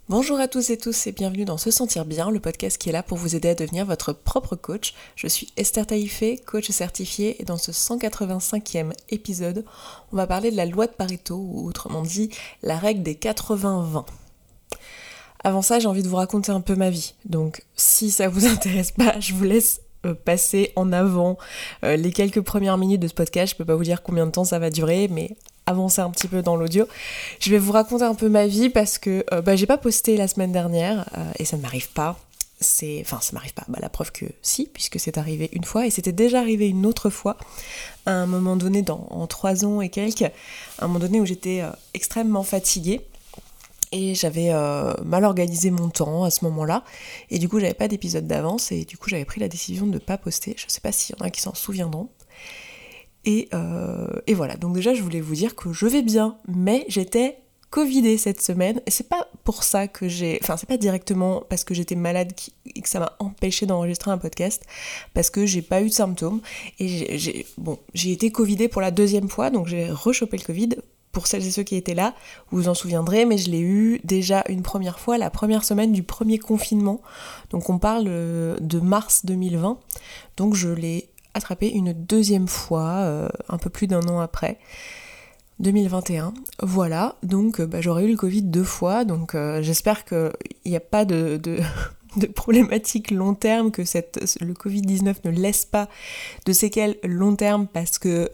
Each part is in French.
Bonjour à tous et bienvenue dans Se Sentir Bien, le podcast qui est là pour vous aider à devenir votre propre coach. Je suis Esther Taïfé, coach certifiée, et dans ce 185e épisode, on va parler de la loi de Pareto, ou autrement dit, la règle des 80-20. Avant ça, j'ai envie de vous raconter un peu ma vie, donc si ça vous intéresse pas, je vous laisse passer en avant les quelques premières minutes de ce podcast. Je peux pas vous dire combien de temps ça va durer, mais avancer un petit peu dans l'audio. Je vais vous raconter un peu ma vie parce que j'ai pas posté la semaine dernière et ça ne m'arrive pas. Ça m'arrive pas. La preuve que si, puisque c'est arrivé une fois et c'était déjà arrivé une autre fois à un moment donné en 3 ans et quelques, à un moment donné où j'étais extrêmement fatiguée. Et j'avais mal organisé mon temps à ce moment-là. Et du coup, j'avais pas d'épisode d'avance. Et du coup, j'avais pris la décision de ne pas poster. Je sais pas s'il y en a qui s'en souviendront. Et voilà. Donc déjà, je voulais vous dire que je vais bien. Mais j'étais covidée cette semaine. Et c'est pas pour ça que c'est pas directement parce que j'étais malade et que ça m'a empêché d'enregistrer un podcast. Parce que j'ai pas eu de symptômes. Et j'ai été covidée pour la 2e fois. Donc j'ai rechopé le Covid. Pour celles et ceux qui étaient là, vous vous en souviendrez, mais je l'ai eu déjà une première fois, la première semaine du premier confinement. Donc on parle de mars 2020. Donc je l'ai attrapé une 2e fois, un peu plus d'1 an après, 2021. Voilà, donc j'aurais eu le Covid 2 fois, donc j'espère qu'il n'y a pas de problématiques long terme, que le Covid-19 ne laisse pas de séquelles long terme, parce que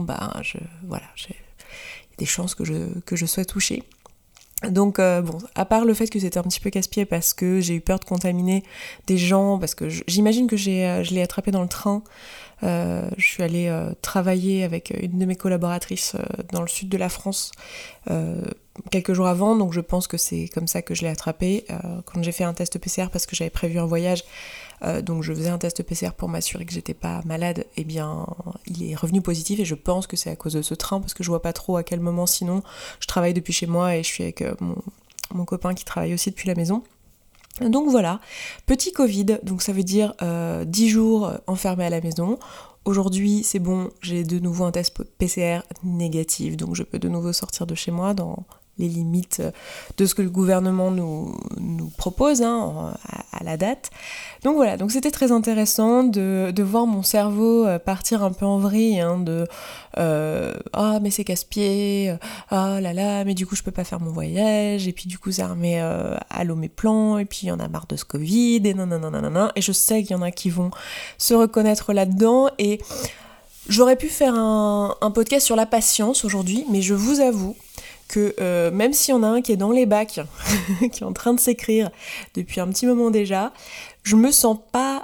j'ai des chances que je sois touchée. Donc à part le fait que c'était un petit peu casse-pied parce que j'ai eu peur de contaminer des gens, parce que j'imagine que je l'ai attrapé dans le train. Je suis allée travailler avec une de mes collaboratrices dans le sud de la France quelques jours avant, donc je pense que c'est comme ça que je l'ai attrapé. Quand j'ai fait un test PCR parce que j'avais prévu un voyage, donc je faisais un test PCR pour m'assurer que j'étais pas malade, et bien il est revenu positif, et je pense que c'est à cause de ce train, parce que je vois pas trop à quel moment, sinon je travaille depuis chez moi et je suis avec mon copain qui travaille aussi depuis la maison. Donc voilà, petit Covid, donc ça veut dire 10 jours enfermé à la maison. Aujourd'hui c'est bon, j'ai de nouveau un test PCR négatif, donc je peux de nouveau sortir de chez moi dans les limites de ce que le gouvernement nous propose à la date. Donc voilà, donc c'était très intéressant de voir mon cerveau partir un peu en vrille, mais c'est casse-pied, là là, mais du coup je peux pas faire mon voyage, et puis du coup ça remet à l'eau mes plans, et puis il y en a marre de ce Covid, et nanana, et je sais qu'il y en a qui vont se reconnaître là-dedans, et j'aurais pu faire un podcast sur la patience aujourd'hui, mais je vous avoue que même s'il y en a un qui est dans les bacs, qui est en train de s'écrire depuis un petit moment déjà, je me sens pas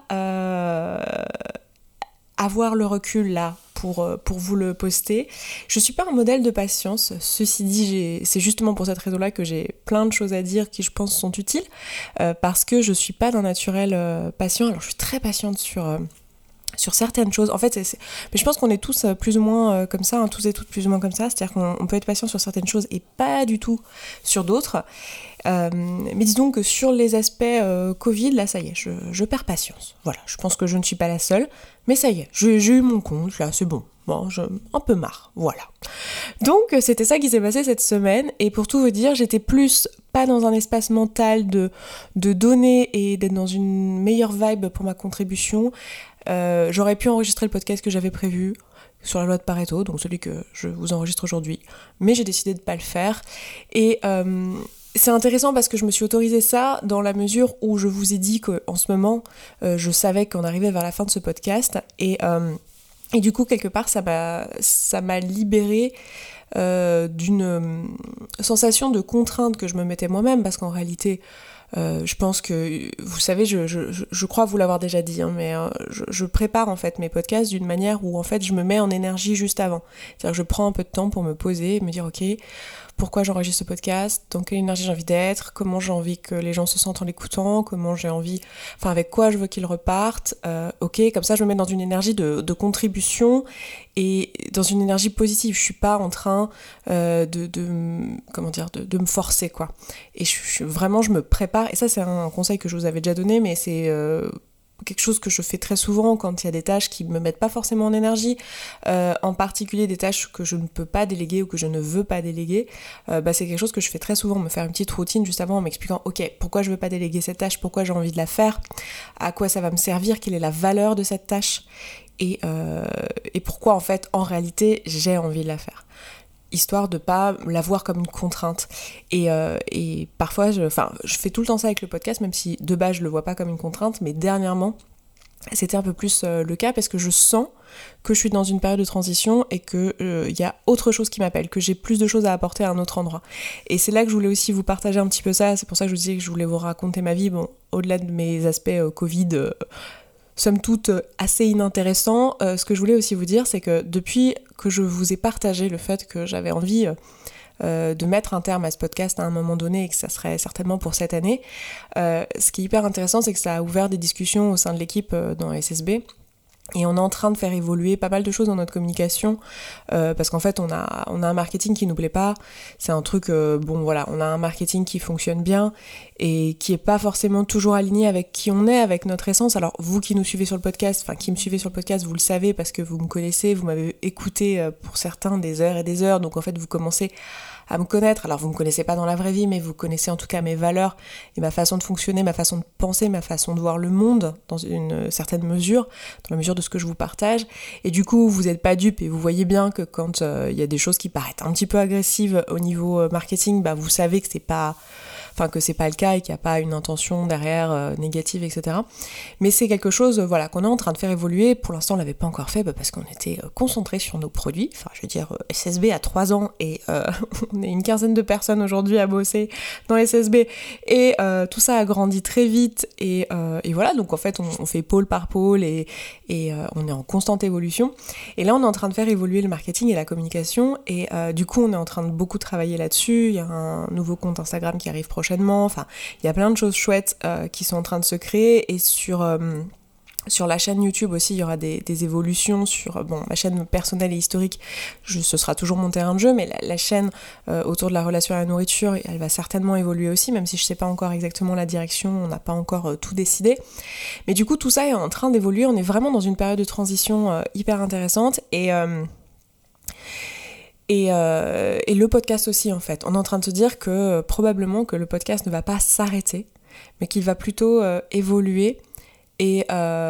avoir le recul là pour vous le poster. Je suis pas un modèle de patience, ceci dit, c'est justement pour cette raison-là que j'ai plein de choses à dire qui je pense sont utiles, parce que je suis pas d'un naturel patient. Alors je suis très patiente sur certaines choses. En fait, mais je pense qu'on est tous plus ou moins comme ça, tous et toutes plus ou moins comme ça, c'est-à-dire qu'on peut être patient sur certaines choses et pas du tout sur d'autres. Mais disons que sur les aspects Covid, là ça y est, je perds patience. Voilà, je pense que je ne suis pas la seule, mais ça y est, j'ai eu mon compte, là c'est bon. Bon, un peu marre, voilà. Donc c'était ça qui s'est passé cette semaine, et pour tout vous dire, j'étais plus pas dans un espace mental de donner et d'être dans une meilleure vibe pour ma contribution. J'aurais pu enregistrer le podcast que j'avais prévu sur la loi de Pareto, donc celui que je vous enregistre aujourd'hui, mais j'ai décidé de pas le faire. Et c'est intéressant parce que je me suis autorisée ça dans la mesure où je vous ai dit qu'en ce moment, je savais qu'on arrivait vers la fin de ce podcast, et du coup, quelque part, ça m'a libérée d'une sensation de contrainte que je me mettais moi-même, parce qu'en réalité, je pense que, vous savez, je crois vous l'avoir déjà dit, mais je prépare en fait mes podcasts d'une manière où en fait je me mets en énergie juste avant. C'est-à-dire que je prends un peu de temps pour me poser et me dire ok, pourquoi j'enregistre ce podcast, dans quelle énergie j'ai envie d'être, comment j'ai envie que les gens se sentent en l'écoutant, avec quoi je veux qu'ils repartent, ok, comme ça je me mets dans une énergie de contribution et dans une énergie positive. Je suis pas en train de me forcer, quoi. Et vraiment je me prépare, et ça c'est un conseil que je vous avais déjà donné, mais c'est quelque chose que je fais très souvent quand il y a des tâches qui me mettent pas forcément en énergie, en particulier des tâches que je ne peux pas déléguer ou que je ne veux pas déléguer, c'est quelque chose que je fais très souvent, me faire une petite routine juste avant en m'expliquant ok, pourquoi je veux pas déléguer cette tâche, pourquoi j'ai envie de la faire, à quoi ça va me servir, quelle est la valeur de cette tâche et pourquoi en fait en réalité j'ai envie de la faire, histoire de pas la voir comme une contrainte. Et parfois, je fais tout le temps ça avec le podcast, même si de base je le vois pas comme une contrainte, mais dernièrement, c'était un peu plus le cas parce que je sens que je suis dans une période de transition et que y a autre chose qui m'appelle, que j'ai plus de choses à apporter à un autre endroit. Et c'est là que je voulais aussi vous partager un petit peu ça, c'est pour ça que je vous disais que je voulais vous raconter ma vie, bon, au-delà de mes aspects Covid, somme toute assez inintéressant. Ce que je voulais aussi vous dire, c'est que depuis que je vous ai partagé le fait que j'avais envie de mettre un terme à ce podcast à un moment donné et que ça serait certainement pour cette année, ce qui est hyper intéressant, c'est que ça a ouvert des discussions au sein de l'équipe dans SSB. Et on est en train de faire évoluer pas mal de choses dans notre communication parce qu'en fait on a un marketing qui nous plaît pas, c'est un truc, on a un marketing qui fonctionne bien et qui est pas forcément toujours aligné avec qui on est, avec notre essence. Alors vous qui nous suivez sur le podcast, qui me suivez sur le podcast, vous le savez parce que vous me connaissez, vous m'avez écouté pour certains des heures et des heures, donc en fait vous commencez à me connaître. Alors vous me connaissez pas dans la vraie vie, mais vous connaissez en tout cas mes valeurs et ma façon de fonctionner, ma façon de penser, ma façon de voir le monde dans une certaine mesure, dans la mesure de ce que je vous partage. Et du coup, vous n'êtes pas dupes et vous voyez bien que quand y a des choses qui paraissent un petit peu agressives au niveau marketing, vous savez que c'est pas le cas et qu'il n'y a pas une intention derrière négative, etc. Mais c'est quelque chose qu'on est en train de faire évoluer. Pour l'instant, on ne l'avait pas encore fait parce qu'on était concentrés sur nos produits. SSB a 3 ans et on est une quinzaine de personnes aujourd'hui à bosser dans SSB et tout ça a grandi très vite et voilà, donc en fait on fait pôle par pôle et on est en constante évolution. Et là on est en train de faire évoluer le marketing et la communication et du coup on est en train de beaucoup travailler là-dessus. Il y a un nouveau compte Instagram qui arrive prochainement, il y a plein de choses chouettes qui sont en train de se créer et sur la chaîne YouTube aussi, il y aura des évolutions sur ma chaîne personnelle et historique, ce sera toujours mon terrain de jeu, mais la chaîne autour de la relation à la nourriture, elle va certainement évoluer aussi, même si je sais pas encore exactement la direction, on n'a pas encore tout décidé. Mais du coup, tout ça est en train d'évoluer, on est vraiment dans une période de transition hyper intéressante et le podcast aussi en fait. On est en train de se dire que probablement que le podcast ne va pas s'arrêter, mais qu'il va plutôt évoluer et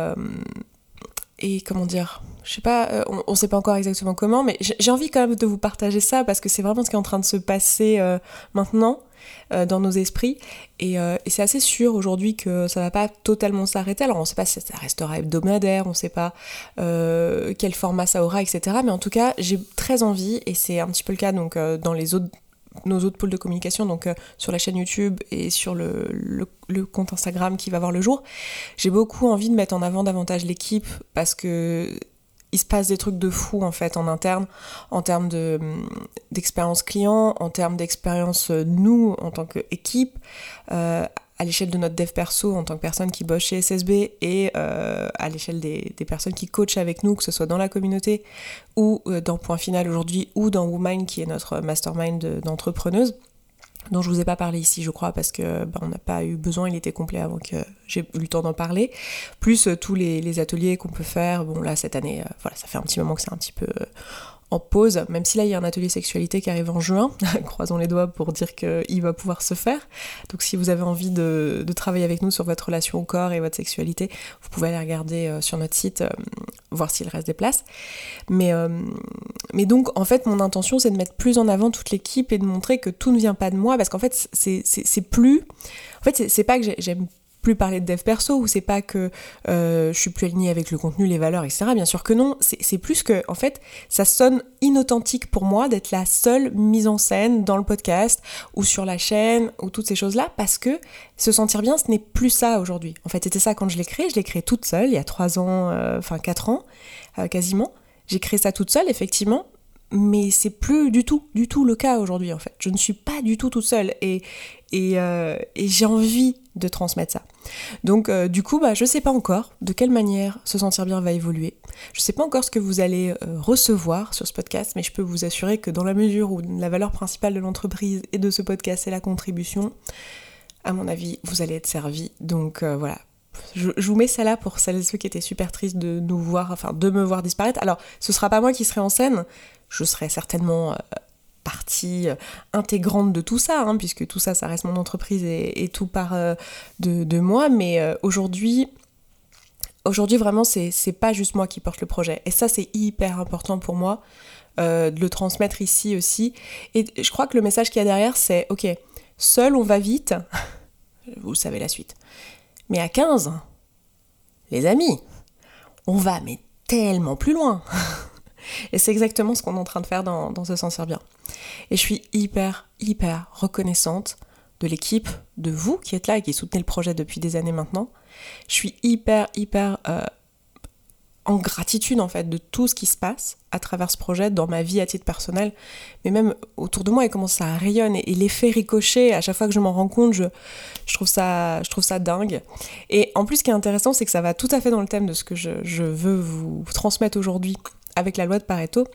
comment dire, je sais pas, on sait pas encore exactement comment, mais j'ai envie quand même de vous partager ça parce que c'est vraiment ce qui est en train de se passer maintenant dans nos esprits et c'est assez sûr aujourd'hui que ça va pas totalement s'arrêter. Alors on sait pas si ça restera hebdomadaire, on sait pas quel format ça aura, etc. Mais en tout cas j'ai très envie, et c'est un petit peu le cas donc dans nos autres pôles de communication, donc sur la chaîne YouTube et sur le compte Instagram qui va voir le jour, j'ai beaucoup envie de mettre en avant davantage l'équipe parce que il se passe des trucs de fou en fait en interne, en termes d'expérience client, en termes d'expérience nous en tant qu'équipe, à l'échelle de notre dev perso en tant que personne qui bosse chez SSB et à l'échelle des personnes qui coachent avec nous, que ce soit dans la communauté ou dans Point Final aujourd'hui ou dans Womind qui est notre mastermind d'entrepreneuses, dont je vous ai pas parlé ici je crois parce que on n'a pas eu besoin, il était complet avant que j'ai eu le temps d'en parler, plus tous les ateliers qu'on peut faire. Bon là cette année, ça fait un petit moment que c'est un petit peu en pause, même si là il y a un atelier sexualité qui arrive en juin, croisons les doigts pour dire qu'il va pouvoir se faire. Donc si vous avez envie de travailler avec nous sur votre relation au corps et votre sexualité, vous pouvez aller regarder sur notre site, voir s'il reste des places. Mais donc en fait mon intention c'est de mettre plus en avant toute l'équipe et de montrer que tout ne vient pas de moi, parce qu'en fait c'est plus... En fait c'est pas que j'aime plus parler de dev perso, ou c'est pas que je suis plus alignée avec le contenu, les valeurs, etc. Bien sûr que non, c'est plus que, en fait, ça sonne inauthentique pour moi d'être la seule mise en scène dans le podcast, ou sur la chaîne, ou toutes ces choses-là, parce que se sentir bien, ce n'est plus ça aujourd'hui. En fait, c'était ça quand je l'ai créé toute seule, il y a 3 ans, 4 ans, quasiment. J'ai créé ça toute seule, effectivement, mais c'est plus du tout le cas aujourd'hui, en fait. Je ne suis pas du tout toute seule, et j'ai envie de transmettre ça. Donc du coup, je sais pas encore de quelle manière Se Sentir Bien va évoluer. Je sais pas encore ce que vous allez recevoir sur ce podcast, mais je peux vous assurer que dans la mesure où la valeur principale de l'entreprise et de ce podcast est la contribution, à mon avis, vous allez être servi. Donc voilà, je vous mets ça là pour celles et ceux qui étaient super tristes de me voir disparaître. Alors, ce sera pas moi qui serai en scène, je serai certainement partie intégrante de tout ça, hein, puisque tout ça, ça reste mon entreprise et tout part de moi, mais aujourd'hui, vraiment, c'est pas juste moi qui porte le projet. Et ça, c'est hyper important pour moi de le transmettre ici aussi. Et je crois que le message qu'il y a derrière, c'est « Ok, seul, on va vite. » Vous savez la suite. Mais à 15, les amis, on va mais tellement plus loin. Et c'est exactement ce qu'on est en train de faire dans Se Sentir Bien. Et je suis hyper, hyper reconnaissante de l'équipe, de vous qui êtes là et qui soutenez le projet depuis des années maintenant. Je suis hyper, hyper en gratitude en fait de tout ce qui se passe à travers ce projet dans ma vie à titre personnel, mais même autour de moi et comment ça rayonne et l'effet ricochet, à chaque fois que je m'en rends compte, je trouve ça dingue. Et en plus, ce qui est intéressant, c'est que ça va tout à fait dans le thème de ce que je veux vous transmettre aujourd'hui avec la loi de Pareto.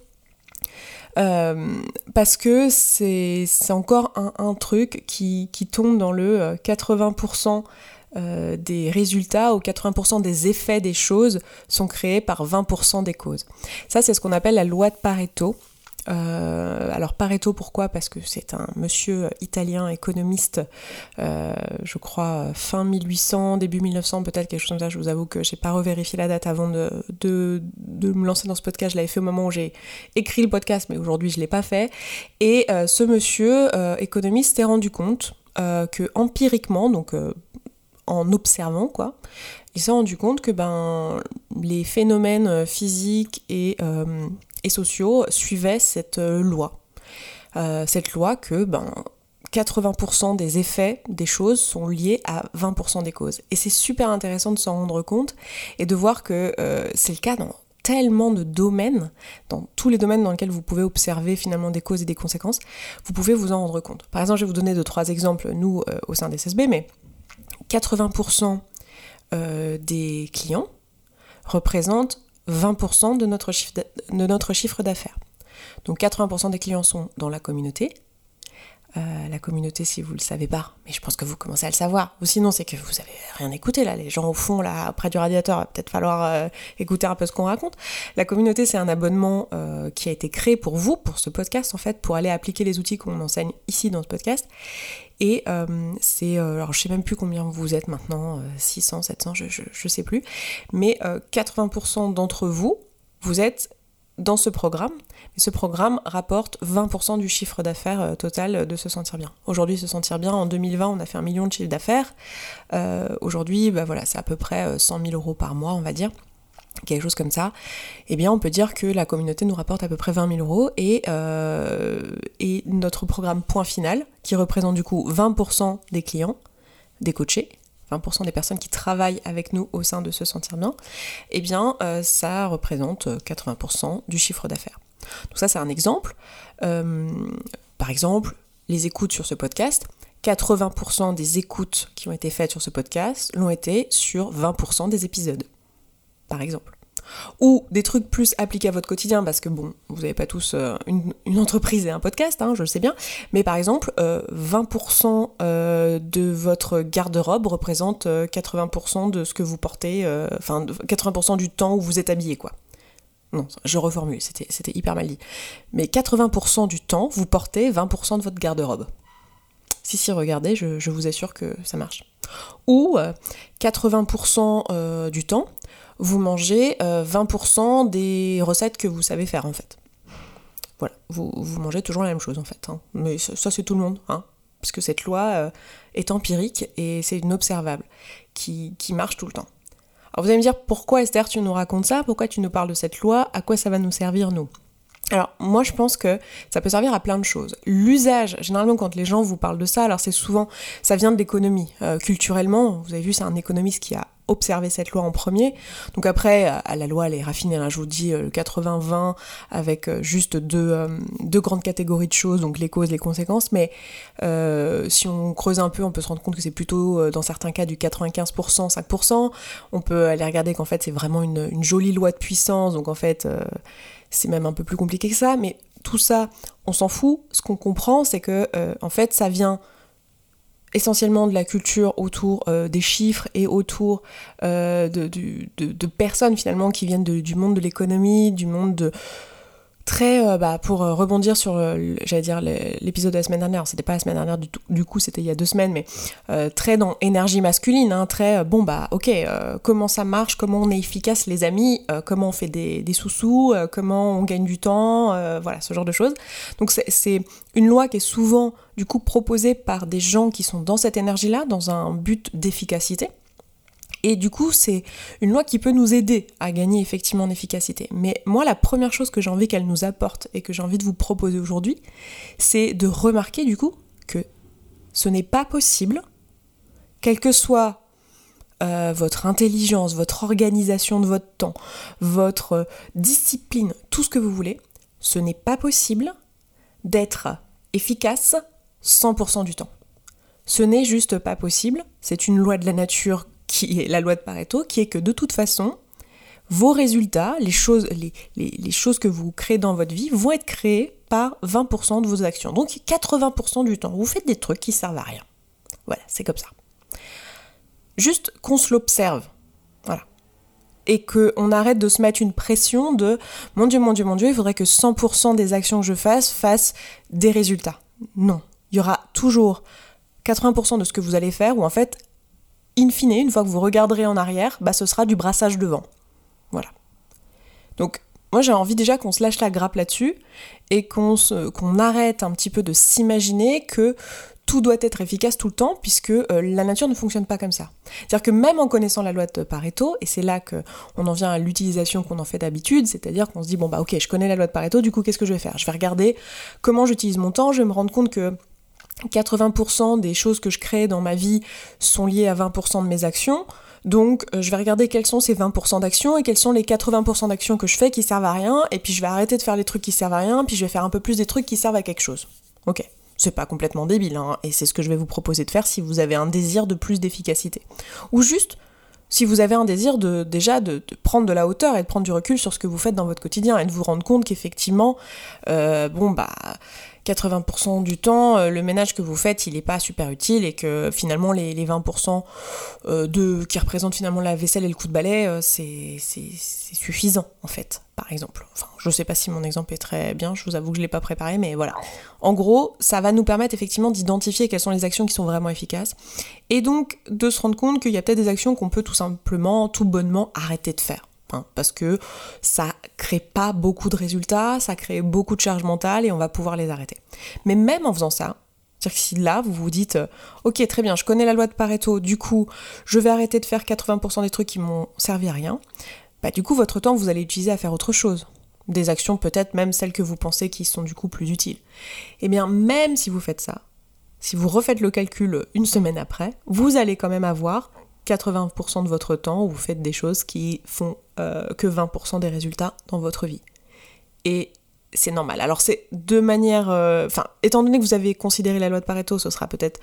Parce que c'est encore un truc qui tombe dans le 80% des résultats ou 80% des effets des choses sont créés par 20% des causes. Ça, c'est ce qu'on appelle la loi de Pareto. Alors Pareto, pourquoi ? Parce que c'est un monsieur italien économiste, je crois fin 1800, début 1900, peut-être quelque chose comme ça. Je vous avoue que j'ai pas revérifié la date avant de me lancer dans ce podcast. Je l'avais fait au moment où j'ai écrit le podcast, mais aujourd'hui je l'ai pas fait. Et ce monsieur économiste s'est rendu compte que empiriquement, donc en observant quoi, il s'est rendu compte que les phénomènes physiques et sociaux suivaient cette loi. Cette loi que 80% des effets des choses sont liés à 20% des causes. Et c'est super intéressant de s'en rendre compte et de voir que c'est le cas dans tellement de domaines, dans tous les domaines dans lesquels vous pouvez observer finalement des causes et des conséquences, vous pouvez vous en rendre compte. Par exemple, je vais vous donner 2-3 exemples, nous, au sein d'SSB, mais 80% des clients représentent 20% de notre chiffre d'affaires. Donc 80% des clients sont dans la communauté. La communauté, si vous ne le savez pas, mais je pense que vous commencez à le savoir. Ou sinon, c'est que vous n'avez rien écouté, là. Les gens au fond, là, près du radiateur, il va peut-être falloir écouter un peu ce qu'on raconte. La communauté, c'est un abonnement qui a été créé pour vous, pour ce podcast, en fait, pour aller appliquer les outils qu'on enseigne ici dans ce podcast. Et c'est, alors je sais même plus combien vous êtes maintenant, 600, 700, je sais plus, mais 80% d'entre vous, vous êtes dans ce programme, et ce programme rapporte 20% du chiffre d'affaires total de Se Sentir Bien. Aujourd'hui, Se Sentir Bien, en 2020, on a fait 1 million de chiffre d'affaires. Aujourd'hui, c'est à peu près 100 000 euros par mois, on va dire. Quelque chose comme ça, eh bien on peut dire que la communauté nous rapporte à peu près 20 000 euros et notre programme Point Final, qui représente du coup 20% des clients, des coachés, 20% des personnes qui travaillent avec nous au sein de Se Sentir Bien, eh bien ça représente 80% du chiffre d'affaires. Donc ça c'est un exemple. Par exemple, les écoutes sur ce podcast, 80% des écoutes qui ont été faites sur ce podcast l'ont été sur 20% des épisodes. Par exemple. Ou des trucs plus appliqués à votre quotidien, parce que vous n'avez pas tous une entreprise et un podcast, hein, je le sais bien, mais par exemple, 20% de votre garde-robe représente 80% de ce que vous portez, 80% du temps où vous êtes habillé, quoi. Non, je reformule, c'était hyper mal dit. Mais 80% du temps, vous portez 20% de votre garde-robe. Si, regardez, je vous assure que ça marche. Ou 80% du temps, vous mangez 20% des recettes que vous savez faire en fait. Voilà, vous mangez toujours la même chose en fait. Hein. Mais ça c'est tout le monde, hein, parce que cette loi est empirique et c'est une observable qui marche tout le temps. Alors vous allez me dire, pourquoi Esther tu nous racontes ça ? Pourquoi tu nous parles de cette loi ? À quoi ça va nous servir nous ? Alors, moi, je pense que ça peut servir à plein de choses. L'usage, généralement, quand les gens vous parlent de ça, alors c'est souvent, ça vient de l'économie. Culturellement, vous avez vu, c'est un économiste qui a observé cette loi en premier. Donc après, à la loi, elle est raffinée. Là, je vous dis le 80-20 avec juste deux grandes catégories de choses, donc les causes, les conséquences. Mais si on creuse un peu, on peut se rendre compte que c'est plutôt, dans certains cas, du 95%, 5%. On peut aller regarder qu'en fait, c'est vraiment une jolie loi de puissance. Donc en fait... c'est même un peu plus compliqué que ça, mais tout ça, on s'en fout. Ce qu'on comprend, c'est que, en fait, ça vient essentiellement de la culture autour des chiffres et autour de personnes finalement qui viennent du monde de l'économie, du monde de très, pour rebondir sur, j'allais dire, l'épisode de la semaine dernière, c'était pas la semaine dernière du coup, c'était il y a 2 semaines, mais très dans énergie masculine, hein, très, comment ça marche, comment on est efficace les amis, comment on fait des sous-sous, comment on gagne du temps, voilà, ce genre de choses. Donc c'est une loi qui est souvent, du coup, proposée par des gens qui sont dans cette énergie-là, dans un but d'efficacité. Et du coup, c'est une loi qui peut nous aider à gagner effectivement en efficacité. Mais moi, la première chose que j'ai envie qu'elle nous apporte et que j'ai envie de vous proposer aujourd'hui, c'est de remarquer du coup que ce n'est pas possible, quelle que soit votre intelligence, votre organisation de votre temps, votre discipline, tout ce que vous voulez, ce n'est pas possible d'être efficace 100% du temps. Ce n'est juste pas possible, c'est une loi de la nature qui est la loi de Pareto, qui est que de toute façon, vos résultats, les choses que vous créez dans votre vie vont être créées par 20% de vos actions. Donc 80% du temps, vous faites des trucs qui servent à rien. Voilà, c'est comme ça. Juste qu'on se l'observe, voilà. Et qu'on arrête de se mettre une pression de « mon Dieu, il faudrait que 100% des actions que je fassent des résultats ». Non, il y aura toujours 80% de ce que vous allez faire où en fait, in fine, une fois que vous regarderez en arrière, ce sera du brassage de vent. Voilà. Donc, moi j'ai envie déjà qu'on se lâche la grappe là-dessus et qu'on arrête un petit peu de s'imaginer que tout doit être efficace tout le temps, puisque la nature ne fonctionne pas comme ça. C'est-à-dire que même en connaissant la loi de Pareto, et c'est là qu'on en vient à l'utilisation qu'on en fait d'habitude, c'est-à-dire qu'on se dit, ok, je connais la loi de Pareto, du coup, qu'est-ce que je vais faire ? Je vais regarder comment j'utilise mon temps, je vais me rendre compte que 80% des choses que je crée dans ma vie sont liées à 20% de mes actions. Donc, je vais regarder quels sont ces 20% d'actions et quels sont les 80% d'actions que je fais qui servent à rien. Et puis, je vais arrêter de faire les trucs qui servent à rien. Puis, je vais faire un peu plus des trucs qui servent à quelque chose. Ok, c'est pas complètement débile, hein, et c'est ce que je vais vous proposer de faire si vous avez un désir de plus d'efficacité. Ou juste, si vous avez un désir de prendre de la hauteur et de prendre du recul sur ce que vous faites dans votre quotidien et de vous rendre compte qu'effectivement, 80% du temps, le ménage que vous faites, il n'est pas super utile et que finalement les 20% qui représentent finalement la vaisselle et le coup de balai, c'est suffisant en fait, par exemple. Enfin, je ne sais pas si mon exemple est très bien, je vous avoue que je ne l'ai pas préparé, mais voilà. En gros, ça va nous permettre effectivement d'identifier quelles sont les actions qui sont vraiment efficaces et donc de se rendre compte qu'il y a peut-être des actions qu'on peut tout simplement, tout bonnement arrêter de faire. Parce que ça crée pas beaucoup de résultats, ça crée beaucoup de charge mentale et on va pouvoir les arrêter. Mais même en faisant ça, c'est-à-dire que si là vous vous dites ok très bien, je connais la loi de Pareto, du coup je vais arrêter de faire 80% des trucs qui m'ont servi à rien, du coup votre temps vous allez l'utiliser à faire autre chose. Des actions peut-être même celles que vous pensez qui sont du coup plus utiles. Et bien même si vous faites ça, si vous refaites le calcul une semaine après, vous allez quand même avoir 80% de votre temps où vous faites des choses qui font que 20% des résultats dans votre vie. Et c'est normal. Alors c'est de manière... étant donné que vous avez considéré la loi de Pareto, ce sera peut-être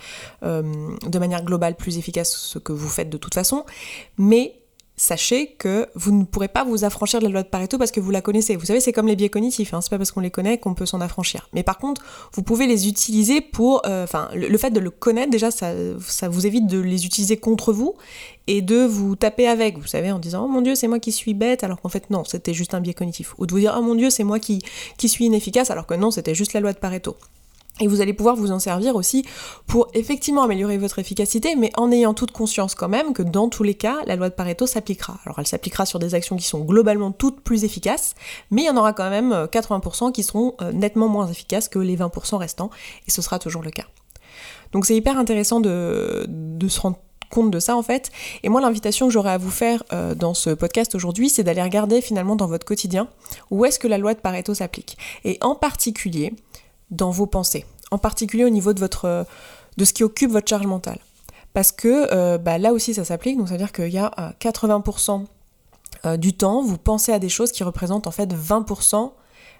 de manière globale plus efficace ce que vous faites de toute façon, mais sachez que vous ne pourrez pas vous affranchir de la loi de Pareto parce que vous la connaissez. Vous savez, c'est comme les biais cognitifs, c'est pas parce qu'on les connaît qu'on peut s'en affranchir. Mais par contre, vous pouvez les utiliser pour... le fait de le connaître, déjà, ça vous évite de les utiliser contre vous et de vous taper avec, vous savez, en disant « Oh mon Dieu, c'est moi qui suis bête », alors qu'en fait, non, c'était juste un biais cognitif. Ou de vous dire « Oh mon Dieu, c'est moi qui suis inefficace », alors que non, c'était juste la loi de Pareto. Et vous allez pouvoir vous en servir aussi pour effectivement améliorer votre efficacité, mais en ayant toute conscience quand même que dans tous les cas, la loi de Pareto s'appliquera. Alors elle s'appliquera sur des actions qui sont globalement toutes plus efficaces, mais il y en aura quand même 80% qui seront nettement moins efficaces que les 20% restants, et ce sera toujours le cas. Donc c'est hyper intéressant de se rendre compte de ça en fait, et moi l'invitation que j'aurais à vous faire dans ce podcast aujourd'hui, c'est d'aller regarder finalement dans votre quotidien où est-ce que la loi de Pareto s'applique, et en particulier dans vos pensées, en particulier au niveau de ce qui occupe votre charge mentale. Parce que là aussi ça s'applique, donc ça veut dire qu'il y a 80% du temps, vous pensez à des choses qui représentent en fait 20%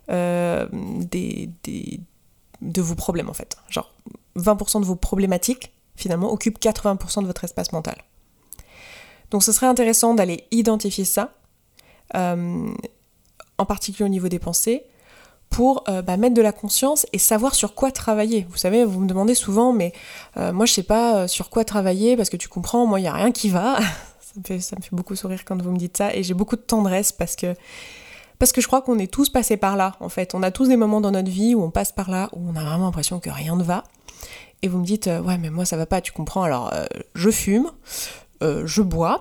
de vos problèmes en fait. Genre 20% de vos problématiques finalement occupent 80% de votre espace mental. Donc ce serait intéressant d'aller identifier ça, en particulier au niveau des pensées, pour mettre de la conscience et savoir sur quoi travailler. Vous savez, vous me demandez souvent, mais moi je sais pas sur quoi travailler, parce que tu comprends, moi il n'y a rien qui va. Ça me fait beaucoup sourire quand vous me dites ça, et j'ai beaucoup de tendresse parce que je crois qu'on est tous passés par là, en fait. On a tous des moments dans notre vie où on passe par là, où on a vraiment l'impression que rien ne va. Et vous me dites, ouais mais moi ça va pas, tu comprends, alors je fume, je bois,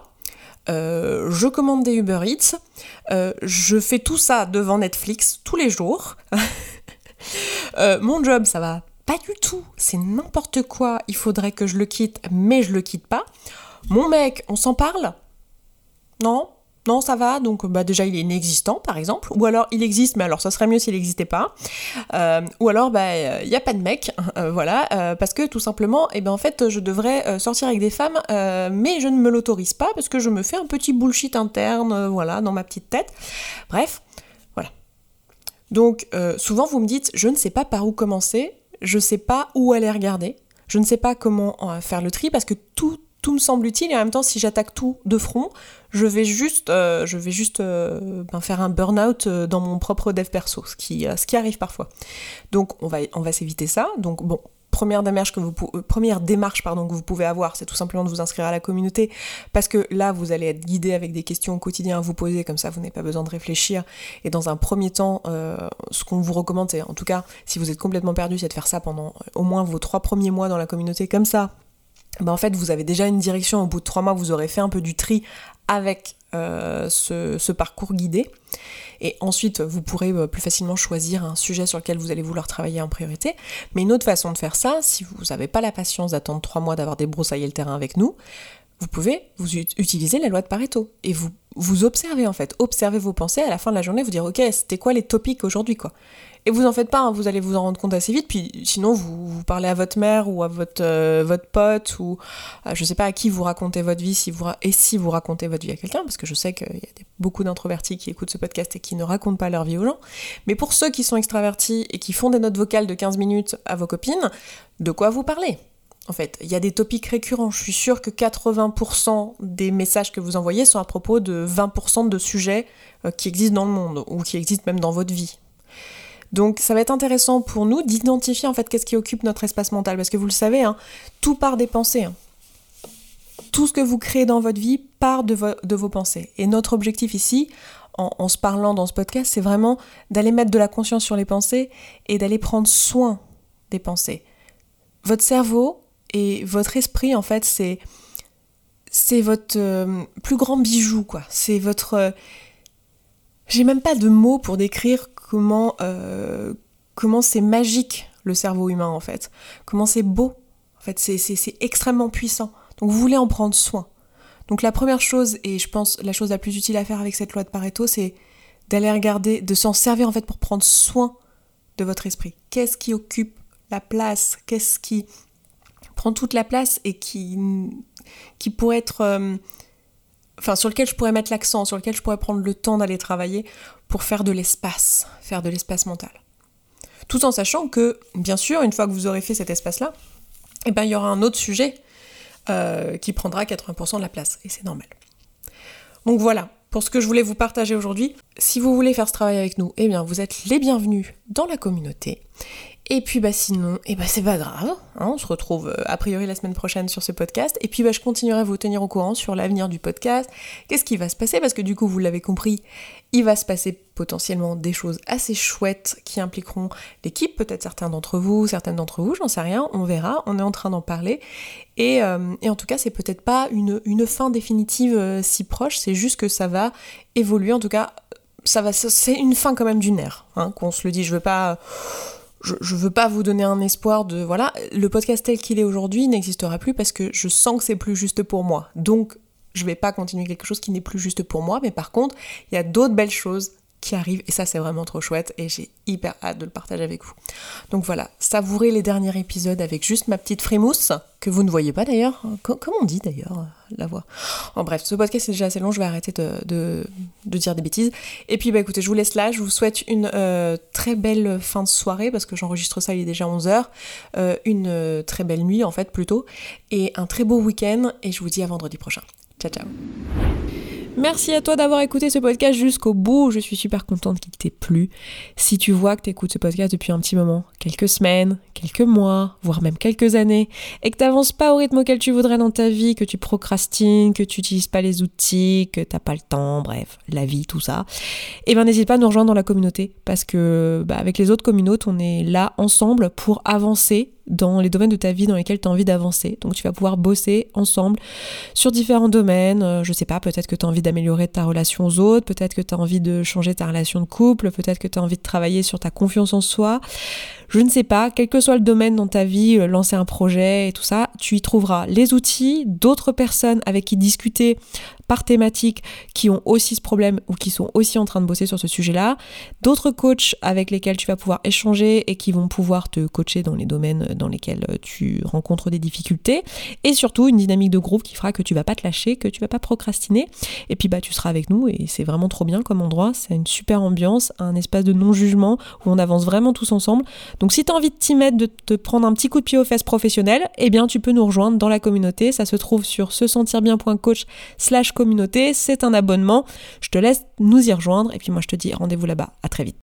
je commande des Uber Eats, je fais tout ça devant Netflix tous les jours. Mon job, ça va pas du tout, c'est n'importe quoi, il faudrait que je le quitte, mais je le quitte pas. Mon mec, on s'en parle ? Non, ça va, donc déjà il est inexistant par exemple, ou alors il existe, mais alors ça serait mieux s'il n'existait pas, ou alors il n'y a pas de mec, voilà, parce que tout simplement, en fait je devrais sortir avec des femmes, mais je ne me l'autorise pas, parce que je me fais un petit bullshit interne, voilà, dans ma petite tête, bref, voilà. Donc souvent vous me dites, je ne sais pas par où commencer, je ne sais pas où aller regarder, je ne sais pas comment faire le tri, parce que tout me semble utile, et en même temps si j'attaque tout de front, je vais juste faire un burn-out dans mon propre dev perso, ce qui arrive parfois. Donc on va s'éviter ça. Donc bon, première démarche que vous pouvez avoir, c'est tout simplement de vous inscrire à la communauté, parce que là vous allez être guidé avec des questions au quotidien à vous poser, comme ça vous n'avez pas besoin de réfléchir. Et dans un premier temps, ce qu'on vous recommande, c'est, en tout cas si vous êtes complètement perdu, c'est de faire ça pendant au moins vos 3 premiers mois dans la communauté, comme ça. En fait, vous avez déjà une direction. Au bout de 3 mois, vous aurez fait un peu du tri avec ce parcours guidé. Et ensuite, vous pourrez plus facilement choisir un sujet sur lequel vous allez vouloir travailler en priorité. Mais une autre façon de faire ça, si vous n'avez pas la patience d'attendre 3 mois d'avoir débroussaillé le terrain avec nous, vous pouvez utiliser la loi de Pareto. Et vous observez en fait. Observez vos pensées à la fin de la journée, vous dire ok, c'était quoi les topics aujourd'hui quoi. Et vous en faites pas, hein, vous allez vous en rendre compte assez vite, puis sinon vous parlez à votre mère ou à votre pote, ou je sais pas à qui vous racontez votre vie, si vous racontez votre vie à quelqu'un, parce que je sais qu'il y a beaucoup d'introvertis qui écoutent ce podcast et qui ne racontent pas leur vie aux gens. Mais pour ceux qui sont extravertis et qui font des notes vocales de 15 minutes à vos copines, de quoi vous parlez ? En fait, il y a des topics récurrents. Je suis sûre que 80% des messages que vous envoyez sont à propos de 20% de sujets qui existent dans le monde, ou qui existent même dans votre vie. Donc ça va être intéressant pour nous d'identifier en fait qu'est-ce qui occupe notre espace mental, parce que vous le savez, hein, tout part des pensées. Hein. Tout ce que vous créez dans votre vie part de vos pensées. Et notre objectif ici, en se parlant dans ce podcast, c'est vraiment d'aller mettre de la conscience sur les pensées et d'aller prendre soin des pensées. Votre cerveau et votre esprit, en fait, c'est votre plus grand bijou, quoi. C'est votre... J'ai même pas de mots pour décrire comment c'est magique le cerveau humain en fait, comment c'est beau, en fait c'est extrêmement puissant, donc vous voulez en prendre soin. Donc la première chose, et je pense la chose la plus utile à faire avec cette loi de Pareto, c'est d'aller regarder, de s'en servir en fait pour prendre soin de votre esprit. Qu'est-ce qui occupe la place, qu'est-ce qui prend toute la place et qui pourrait être... sur lequel je pourrais mettre l'accent, sur lequel je pourrais prendre le temps d'aller travailler pour faire de l'espace mental. Tout en sachant que, bien sûr, une fois que vous aurez fait cet espace-là, il y aura un autre sujet qui prendra 80% de la place, et c'est normal. Donc voilà, pour ce que je voulais vous partager aujourd'hui. Si vous voulez faire ce travail avec nous, vous êtes les bienvenus dans la communauté. Et puis sinon, c'est pas grave, hein, on se retrouve a priori la semaine prochaine sur ce podcast, et puis je continuerai à vous tenir au courant sur l'avenir du podcast, qu'est-ce qui va se passer, parce que du coup vous l'avez compris, il va se passer potentiellement des choses assez chouettes qui impliqueront l'équipe, peut-être certaines d'entre vous, j'en sais rien, on verra, on est en train d'en parler, et en tout cas c'est peut-être pas une fin définitive si proche, c'est juste que ça va évoluer, en tout cas c'est une fin quand même d'une ère, hein, qu'on se le dit, je veux pas vous donner un espoir de... Voilà, le podcast tel qu'il est aujourd'hui n'existera plus parce que je sens que c'est plus juste pour moi. Donc, je vais pas continuer quelque chose qui n'est plus juste pour moi, mais par contre, il y a d'autres belles choses qui arrivent, et ça c'est vraiment trop chouette, et j'ai hyper hâte de le partager avec vous. Donc voilà, savourez les derniers épisodes avec juste ma petite frimousse, que vous ne voyez pas d'ailleurs, comment on dit d'ailleurs, la voix. En bref, ce podcast est déjà assez long, je vais arrêter de dire des bêtises. Et puis écoutez, je vous laisse là, je vous souhaite une très belle fin de soirée, parce que j'enregistre ça, il est déjà 11h, une très belle nuit en fait plutôt, et un très beau week-end, et je vous dis à vendredi prochain. Ciao ciao. Merci à toi d'avoir écouté ce podcast jusqu'au bout. Je suis super contente qu'il t'ait plu. Si tu vois que tu écoutes ce podcast depuis un petit moment, quelques semaines, quelques mois, voire même quelques années, et que tu n'avances pas au rythme auquel tu voudrais dans ta vie, que tu procrastines, que tu n'utilises pas les outils, que tu n'as pas le temps, bref, la vie, tout ça, eh ben n'hésite pas à nous rejoindre dans la communauté parce que avec les autres communautés, on est là ensemble pour avancer dans les domaines de ta vie dans lesquels tu as envie d'avancer. Donc tu vas pouvoir bosser ensemble sur différents domaines. Je sais pas, peut-être que tu as envie d'améliorer ta relation aux autres, peut-être que tu as envie de changer ta relation de couple, peut-être que tu as envie de travailler sur ta confiance en soi. Je ne sais pas, quel que soit le domaine dans ta vie, lancer un projet et tout ça, tu y trouveras les outils, d'autres personnes avec qui discuter par thématique qui ont aussi ce problème ou qui sont aussi en train de bosser sur ce sujet-là, d'autres coachs avec lesquels tu vas pouvoir échanger et qui vont pouvoir te coacher dans les domaines dans lesquels tu rencontres des difficultés, et surtout une dynamique de groupe qui fera que tu vas pas te lâcher, que tu vas pas procrastiner, et puis tu seras avec nous et c'est vraiment trop bien comme endroit, c'est une super ambiance, un espace de non-jugement où on avance vraiment tous ensemble. Donc si tu as envie de t'y mettre, de te prendre un petit coup de pied aux fesses professionnelles, eh bien tu peux nous rejoindre dans la communauté, ça se trouve sur sesentirbien.coach/communauté, c'est un abonnement, je te laisse nous y rejoindre et puis moi je te dis rendez-vous là-bas, à très vite.